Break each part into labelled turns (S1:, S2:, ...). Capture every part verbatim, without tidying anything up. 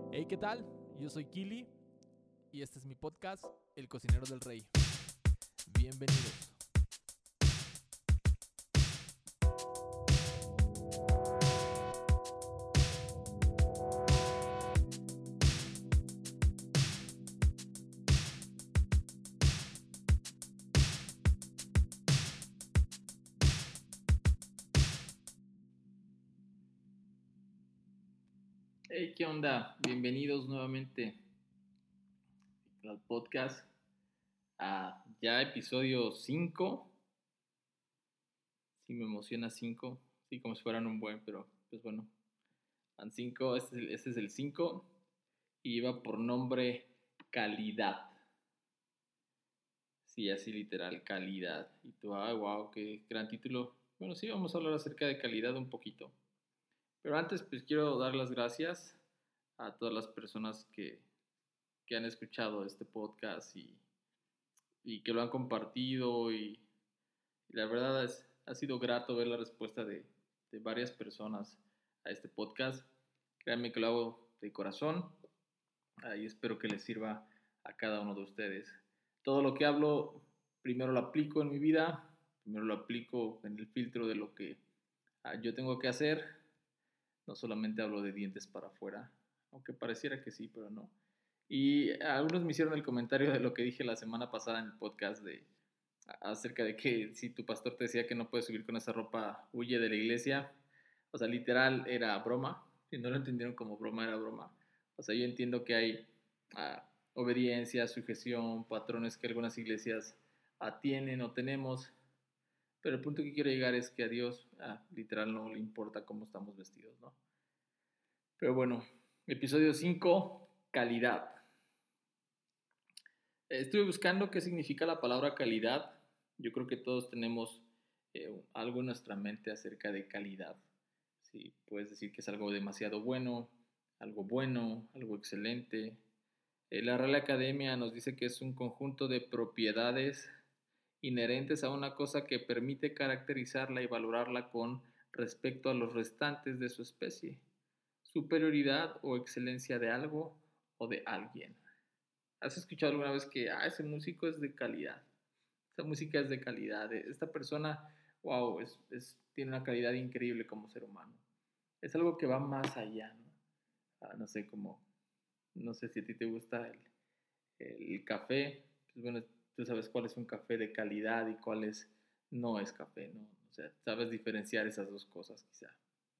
S1: Hey, ¿qué tal? Yo soy Kili y este es mi podcast, El Cocinero del Rey. Bienvenidos.
S2: Hey, ¿qué onda? Bienvenidos nuevamente al podcast. A ya episodio cinco. Sí, me emociona cinco. Sí, como si fueran un buen, pero pues bueno. Van cinco. Este es el, este es el cinco. Y lleva por nombre Calidad. Sí, así literal, Calidad. Y tú, ay, wow, qué gran título. Bueno, sí, vamos a hablar acerca de calidad un poquito. Pero antes, pues quiero dar las gracias a todas las personas que, que han escuchado este podcast y y que lo han compartido y, y la verdad es, ha sido grato ver la respuesta de, de varias personas a este podcast. Créanme que lo hago de corazón ah, y espero que les sirva a cada uno de ustedes. Todo lo que hablo, primero lo aplico en mi vida, primero lo aplico en el filtro de lo que ah, yo tengo que hacer. No solamente hablo de dientes para afuera, aunque pareciera que sí, pero no. Y algunos me hicieron el comentario de lo que dije la semana pasada en el podcast de acerca de que si tu pastor te decía que no puedes subir con esa ropa, huye de la iglesia. O sea, literal era broma. Si no lo entendieron como broma, era broma. O sea, yo entiendo que hay uh, obediencia, sujeción, patrones que algunas iglesias uh, tienen o tenemos. Pero el punto que quiero llegar es que a Dios uh, literal no le importa cómo estamos vestidos, ¿no? Pero bueno, episodio cinco, calidad. Estuve buscando qué significa la palabra calidad. Yo creo que todos tenemos eh, algo en nuestra mente acerca de calidad. Sí, puedes decir que es algo demasiado bueno, algo bueno, algo excelente. Eh, la Real Academia nos dice que es un conjunto de propiedades inherentes a una cosa que permite caracterizarla y valorarla con respecto a los restantes de su especie. Superioridad o excelencia de algo o de alguien. ¿Has escuchado alguna vez que ah, ese músico es de calidad? Esa música es de calidad. Esta persona, wow, es, es, tiene una calidad increíble como ser humano. Es algo que va más allá, ¿no? Ah, no sé, como, no sé si a ti te gusta el, el café. Pues bueno, tú sabes cuál es un café de calidad y cuál es, no es café, ¿no? O sea, sabes diferenciar esas dos cosas quizá.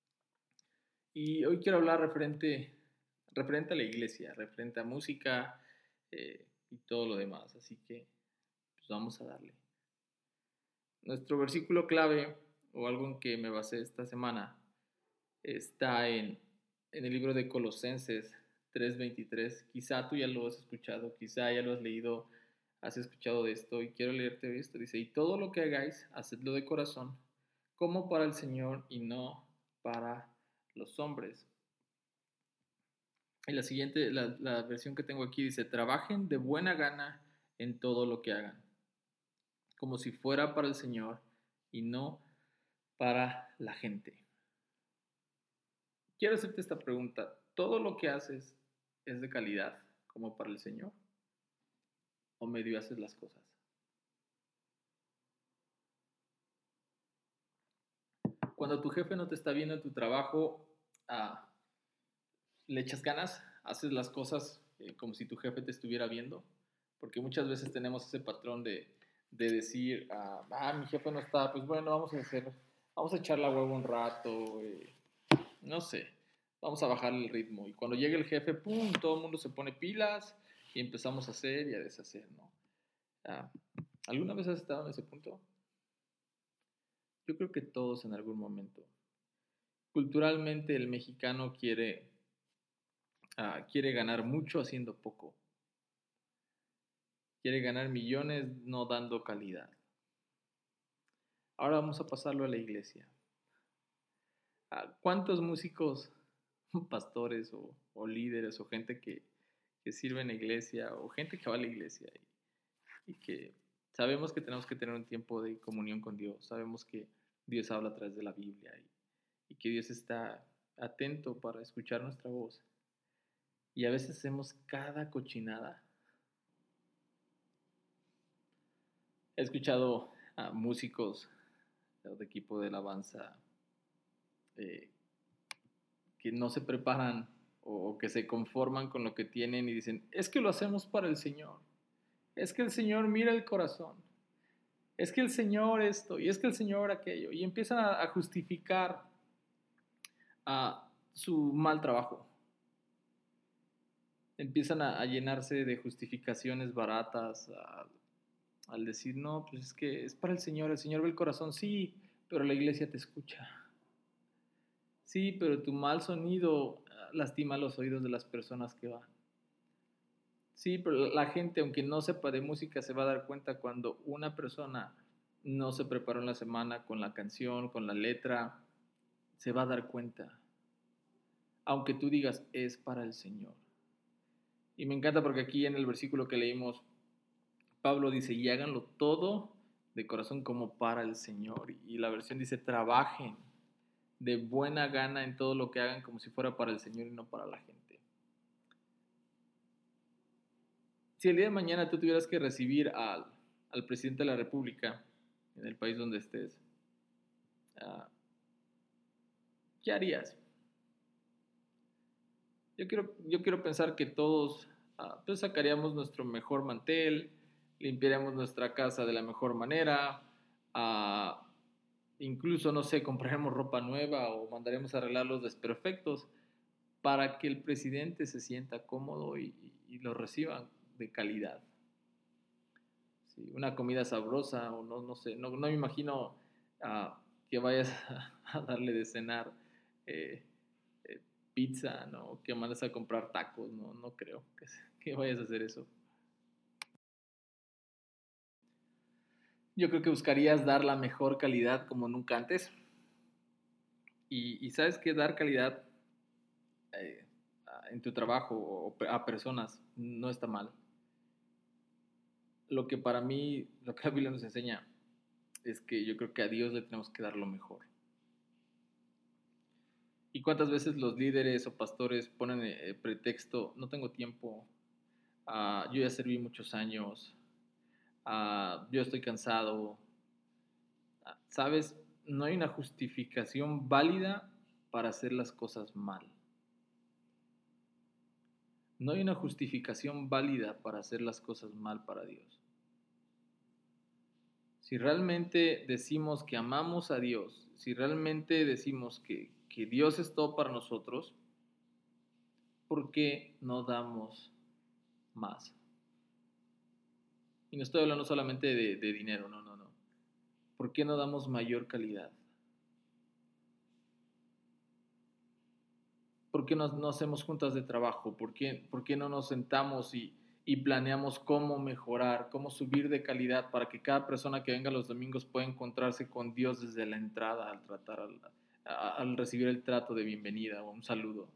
S2: Y hoy quiero hablar referente, referente a la iglesia, referente a música eh, y todo lo demás. Así que pues vamos a darle. Nuestro versículo clave, o algo en que me basé esta semana, está en, en el libro de Colosenses tres veintitrés. Quizá tú ya lo has escuchado, quizá ya lo has leído, has escuchado de esto, y quiero leerte esto. Dice, y todo lo que hagáis, hacedlo de corazón, como para el Señor y no para los hombres. Y la siguiente, la, la versión que tengo aquí dice, trabajen de buena gana en todo lo que hagan, como si fuera para el Señor y no para la gente. Quiero hacerte esta pregunta. ¿Todo lo que haces es de calidad como para el Señor? ¿O medio haces las cosas? Cuando tu jefe no te está viendo en tu trabajo, ah, ¿le echas ganas? ¿Haces las cosas eh, como si tu jefe te estuviera viendo? Porque muchas veces tenemos ese patrón de, de decir, ah, ah, mi jefe no está, pues bueno, vamos a hacer, vamos a echar la huevo un rato, eh, no sé, vamos a bajar el ritmo. Y cuando llegue el jefe, pum, todo el mundo se pone pilas y empezamos a hacer y a deshacer, ¿no? Ah, ¿alguna vez has estado en ese punto? Yo creo que todos en algún momento. Culturalmente el mexicano quiere, ah, quiere ganar mucho haciendo poco. Quiere ganar millones no dando calidad. Ahora vamos a pasarlo a la iglesia. Ah, ¿cuántos músicos, pastores o, o líderes o gente que, que sirve en la iglesia o gente que va a la iglesia y, y que sabemos que tenemos que tener un tiempo de comunión con Dios, sabemos que Dios habla a través de la Biblia y, y que Dios está atento para escuchar nuestra voz? y a veces hacemos cada cochinada. He escuchado a músicos de equipo de alabanza eh, que no se preparan o, o que se conforman con lo que tienen y dicen, es que lo hacemos para el Señor, es que el Señor mira el corazón, es que el Señor esto y es que el Señor aquello, y empiezan a, a justificar a su mal trabajo. Empiezan a, a llenarse de justificaciones baratas a, al decir, no, pues es que es para el Señor, el Señor ve el corazón, sí, pero la iglesia te escucha. Sí, pero tu mal sonido lastima los oídos de las personas que van. Sí, pero la gente, aunque no sepa de música, se va a dar cuenta cuando una persona no se preparó en la semana con la canción, con la letra, se va a dar cuenta. Aunque tú digas, es para el Señor. Y me encanta porque aquí en el versículo que leímos, Pablo dice, y háganlo todo de corazón como para el Señor. Y la versión dice, trabajen de buena gana en todo lo que hagan como si fuera para el Señor y no para la gente. Si el día de mañana tú tuvieras que recibir al, al presidente de la República en el país donde estés, uh, ¿qué harías? Yo quiero, yo quiero pensar que todos uh, pues sacaríamos nuestro mejor mantel, limpiaríamos nuestra casa de la mejor manera, uh, incluso, no sé, compraremos ropa nueva o mandaremos a arreglar los desperfectos para que el presidente se sienta cómodo y, y, y lo reciba de calidad. Sí, una comida sabrosa, o no, no sé, no, no me imagino uh, que vayas a, a darle de cenar eh, eh, pizza, ¿no? Que mandes a comprar tacos, no, no creo que, que vayas a hacer eso. Yo creo que buscarías dar la mejor calidad como nunca antes. Y, y sabes que dar calidad eh, en tu trabajo o a personas no está mal. Lo que para mí, lo que la Biblia nos enseña es que yo creo que a Dios le tenemos que dar lo mejor. ¿Y cuántas veces los líderes o pastores ponen el pretexto, no tengo tiempo, uh, yo ya serví muchos años, uh, yo estoy cansado? Uh, ¿Sabes? No hay una justificación válida para hacer las cosas mal. No hay una justificación válida para hacer las cosas mal para Dios. Si realmente decimos que amamos a Dios, si realmente decimos que, que Dios es todo para nosotros, ¿por qué no damos más? Y no estoy hablando solamente de, de dinero, no, no, no. ¿Por qué no damos mayor calidad? ¿Por qué no, no hacemos juntas de trabajo? ¿Por qué, por qué no nos sentamos y, y planeamos cómo mejorar, cómo subir de calidad para que cada persona que venga los domingos pueda encontrarse con Dios desde la entrada al tratar, al, a, al recibir el trato de bienvenida o un saludo?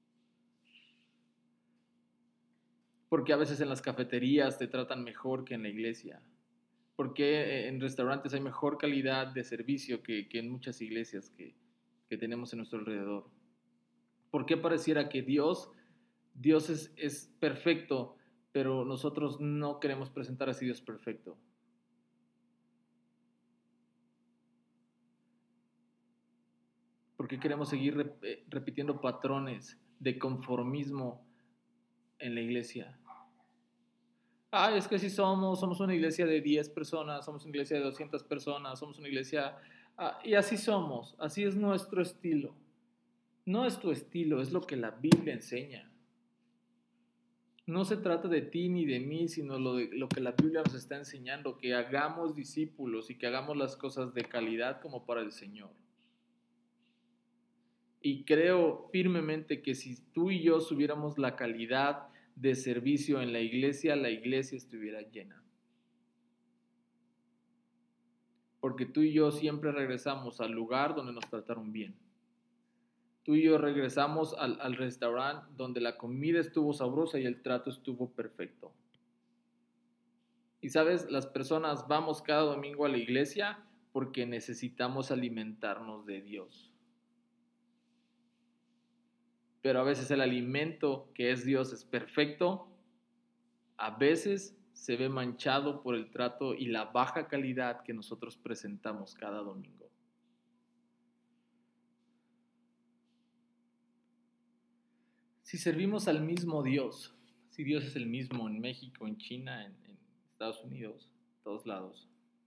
S2: Porque a veces en las cafeterías te tratan mejor que en la iglesia. Porque en restaurantes hay mejor calidad de servicio que, que en muchas iglesias que, que tenemos en nuestro alrededor. ¿Por qué pareciera que Dios, Dios es, es perfecto, pero nosotros no queremos presentar a ese Dios perfecto? ¿Por qué queremos seguir rep- repitiendo patrones de conformismo en la iglesia? Ah, es que si somos, somos una iglesia de diez personas, somos una iglesia de doscientas personas, somos una iglesia... Ah, y así somos, así es nuestro estilo. No es tu estilo, es lo que la Biblia enseña. No se trata de ti ni de mí, sino lo, de, lo que la Biblia nos está enseñando, que hagamos discípulos y que hagamos las cosas de calidad como para el Señor. Y creo firmemente que si tú y yo subiéramos la calidad de servicio en la iglesia, la iglesia estuviera llena. Porque tú y yo siempre regresamos al lugar donde nos trataron bien. Tú y yo regresamos al, al restaurante donde la comida estuvo sabrosa y el trato estuvo perfecto. Y sabes, las personas vamos cada domingo a la iglesia porque necesitamos alimentarnos de Dios. pero a veces el alimento que es Dios es perfecto, a veces se ve manchado por el trato y la baja calidad que nosotros presentamos cada domingo. Si servimos al mismo Dios, si Dios es el mismo en México, en China, en, en Estados Unidos, en todos lados,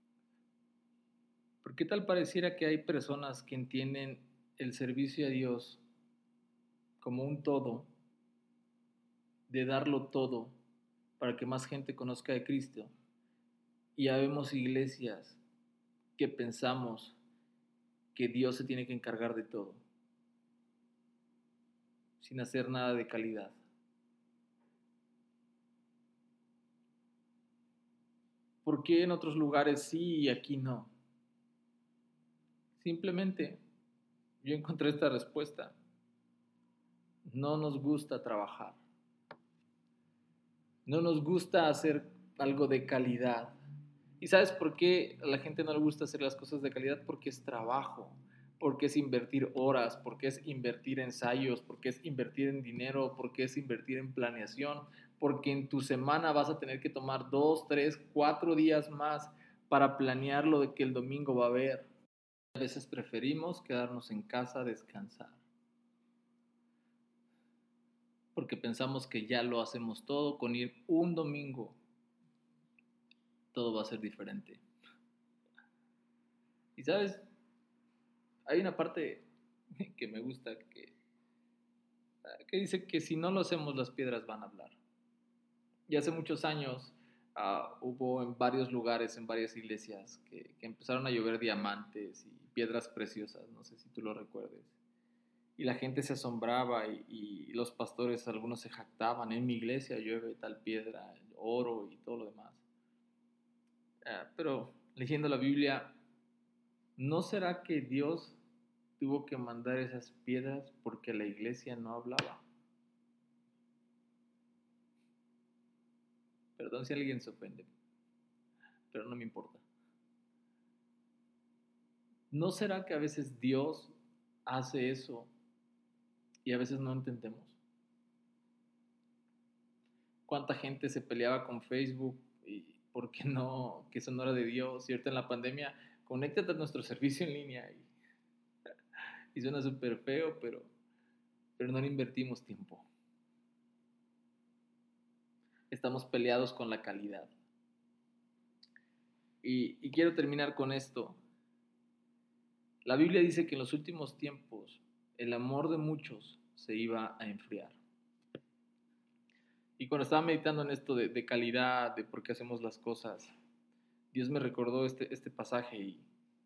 S2: ¿por qué tal pareciera que hay personas que entienden el servicio a Dios como un todo, de darlo todo para que más gente conozca de Cristo? Y habemos iglesias que pensamos que Dios se tiene que encargar de todo, sin hacer nada de calidad. ¿Por qué en otros lugares sí y aquí no? Simplemente yo encontré esta respuesta. No nos gusta trabajar. No nos gusta hacer algo de calidad. ¿Y sabes por qué a la gente no le gusta hacer las cosas de calidad? Porque es trabajo, porque es invertir horas, porque es invertir ensayos, porque es invertir en dinero, porque es invertir en planeación, porque en tu semana vas a tener que tomar dos, tres, cuatro días más para planear lo de que el domingo va a haber. A veces preferimos quedarnos en casa a descansar, porque pensamos que ya lo hacemos todo, con ir un domingo todo va a ser diferente. Y sabes, hay una parte que me gusta que, que dice que si no lo hacemos las piedras van a hablar. Y hace muchos años uh, hubo en varios lugares, en varias iglesias, que, que empezaron a llover diamantes y piedras preciosas, no sé si tú lo recuerdes. Y la gente se asombraba y, y los pastores, algunos se jactaban, en mi iglesia llueve tal piedra, oro y todo lo demás. Uh, pero leyendo la Biblia, ¿no será que Dios tuvo que mandar esas piedras porque la iglesia no hablaba? Perdón si alguien se ofende, pero no me importa. ¿No será que a veces Dios hace eso y a veces no entendemos? ¿Cuánta gente se peleaba con Facebook y por qué no, que eso no era de Dios? Cierto, en la pandemia, conéctate a nuestro servicio en línea y, y suena súper feo, pero, pero no le invertimos tiempo. Estamos peleados con la calidad. Y, y quiero terminar con esto. La Biblia dice que en los últimos tiempos el amor de muchos se iba a enfriar. Y cuando estaba meditando en esto de, de calidad, de por qué hacemos las cosas, Dios me recordó este, este pasaje y,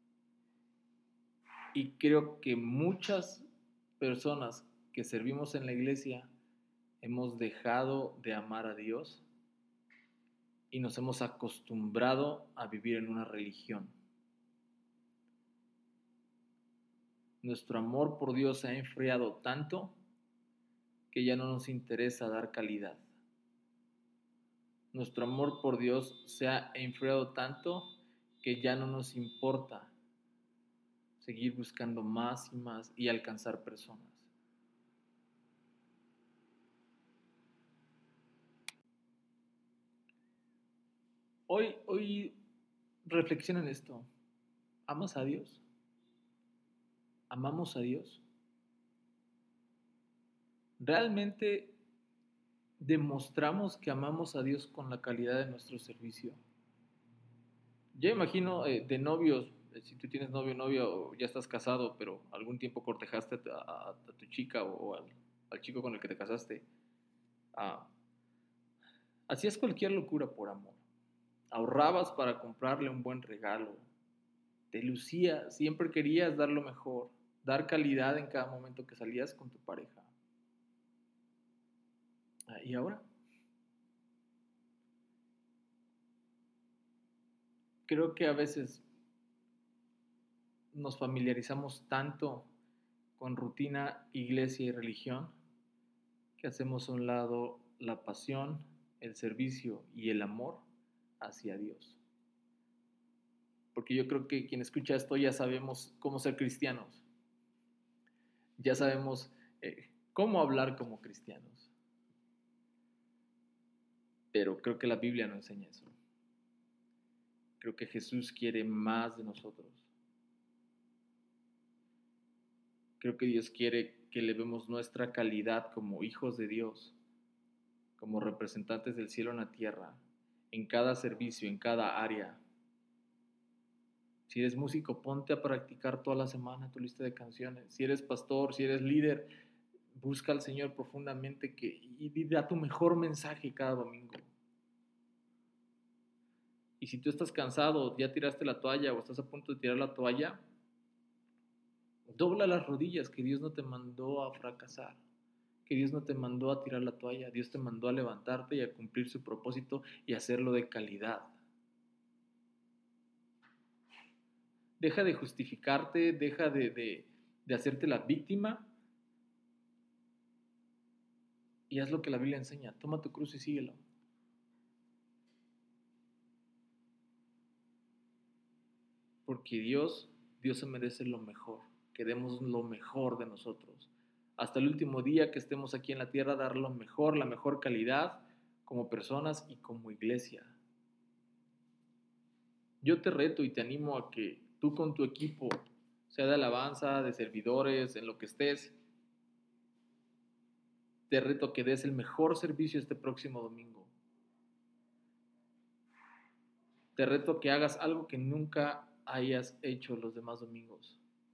S2: y creo que muchas personas que servimos en la iglesia hemos dejado de amar a Dios y nos hemos acostumbrado a vivir en una religión. Nuestro amor por Dios se ha enfriado tanto que ya no nos interesa dar calidad. Nuestro amor por Dios se ha enfriado tanto que ya no nos importa seguir buscando más y más y alcanzar personas. Hoy, hoy reflexiona en esto. ¿Amas a Dios? ¿Amamos a Dios? ¿Realmente demostramos que amamos a Dios con la calidad de nuestro servicio? Yo imagino eh, de novios, eh, si tú tienes novio o novia o ya estás casado, pero algún tiempo cortejaste a, a, a tu chica o al, al chico con el que te casaste, ah, hacías cualquier locura por amor. Ahorrabas para comprarle un buen regalo. Te lucías, siempre querías dar lo mejor, dar calidad en cada momento que salías con tu pareja. Ah, ¿y ahora? Creo que a veces nos familiarizamos tanto con rutina, iglesia y religión que hacemos a un lado la pasión, el servicio y el amor hacia Dios. Porque yo creo que quien escucha esto ya sabemos cómo ser cristianos. Ya sabemos eh, cómo hablar como cristianos. Pero creo que la Biblia no enseña eso. Creo que Jesús quiere más de nosotros. Creo que Dios quiere que le vemos nuestra calidad como hijos de Dios, como representantes del cielo en la tierra, en cada servicio, en cada área. Si eres músico, ponte a practicar toda la semana tu lista de canciones. Si eres pastor, si eres líder, busca al Señor profundamente que, y da tu mejor mensaje cada domingo. Y si tú estás cansado, ya tiraste la toalla o estás a punto de tirar la toalla, dobla las rodillas, que Dios no te mandó a fracasar, que Dios no te mandó a tirar la toalla, Dios te mandó a levantarte y a cumplir su propósito y hacerlo de calidad. Deja de justificarte, deja de, de, de hacerte la víctima y haz lo que la Biblia enseña. Toma tu cruz y síguelo. Porque Dios, Dios se merece lo mejor, que demos lo mejor de nosotros. Hasta el último día que estemos aquí en la tierra, dar lo mejor, la mejor calidad como personas y como iglesia. Yo te reto y te animo a que tú con tu equipo, sea de alabanza, de servidores, en lo que estés, te reto a que des el mejor servicio este próximo domingo. Te reto a que hagas algo que nunca hayas hecho los demás domingos.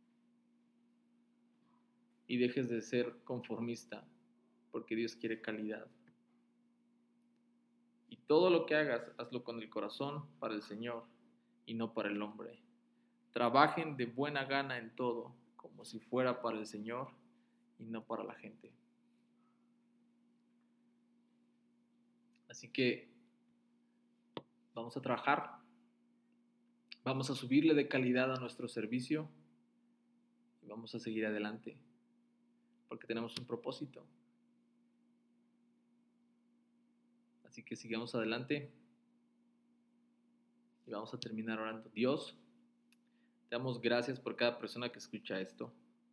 S2: Y dejes de ser conformista, porque Dios quiere calidad. Y todo lo que hagas, hazlo con el corazón para el Señor y no para el hombre. Trabajen de buena gana en todo, como si fuera para el Señor y no para la gente. Así que vamos a trabajar, vamos a subirle de calidad a nuestro servicio y vamos a seguir adelante, porque tenemos un propósito. Así que sigamos adelante y vamos a terminar orando. Dios, te damos gracias por cada persona que escucha esto.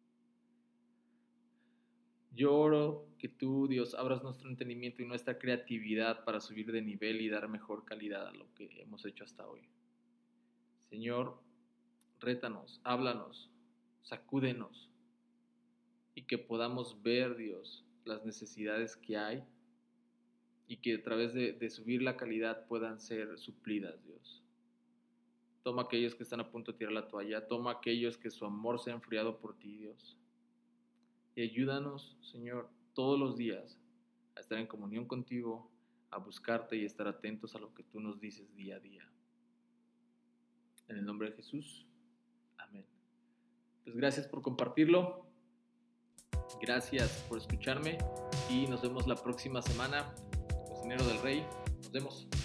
S2: Yo oro que tú, Dios, abras nuestro entendimiento y nuestra creatividad para subir de nivel y dar mejor calidad a lo que hemos hecho hasta hoy. Señor, rétanos, háblanos, sacúdenos y que podamos ver, Dios, las necesidades que hay y que a través de, de subir la calidad puedan ser suplidas, Dios. Toma a aquellos que están a punto de tirar la toalla, toma a aquellos que su amor se ha enfriado por ti, Dios. Y ayúdanos, Señor, todos los días a estar en comunión contigo, a buscarte y estar atentos a lo que tú nos dices día a día. En el nombre de Jesús, amén. Pues gracias por compartirlo, gracias por escucharme y nos vemos la próxima semana. Cocinero del Rey, nos vemos.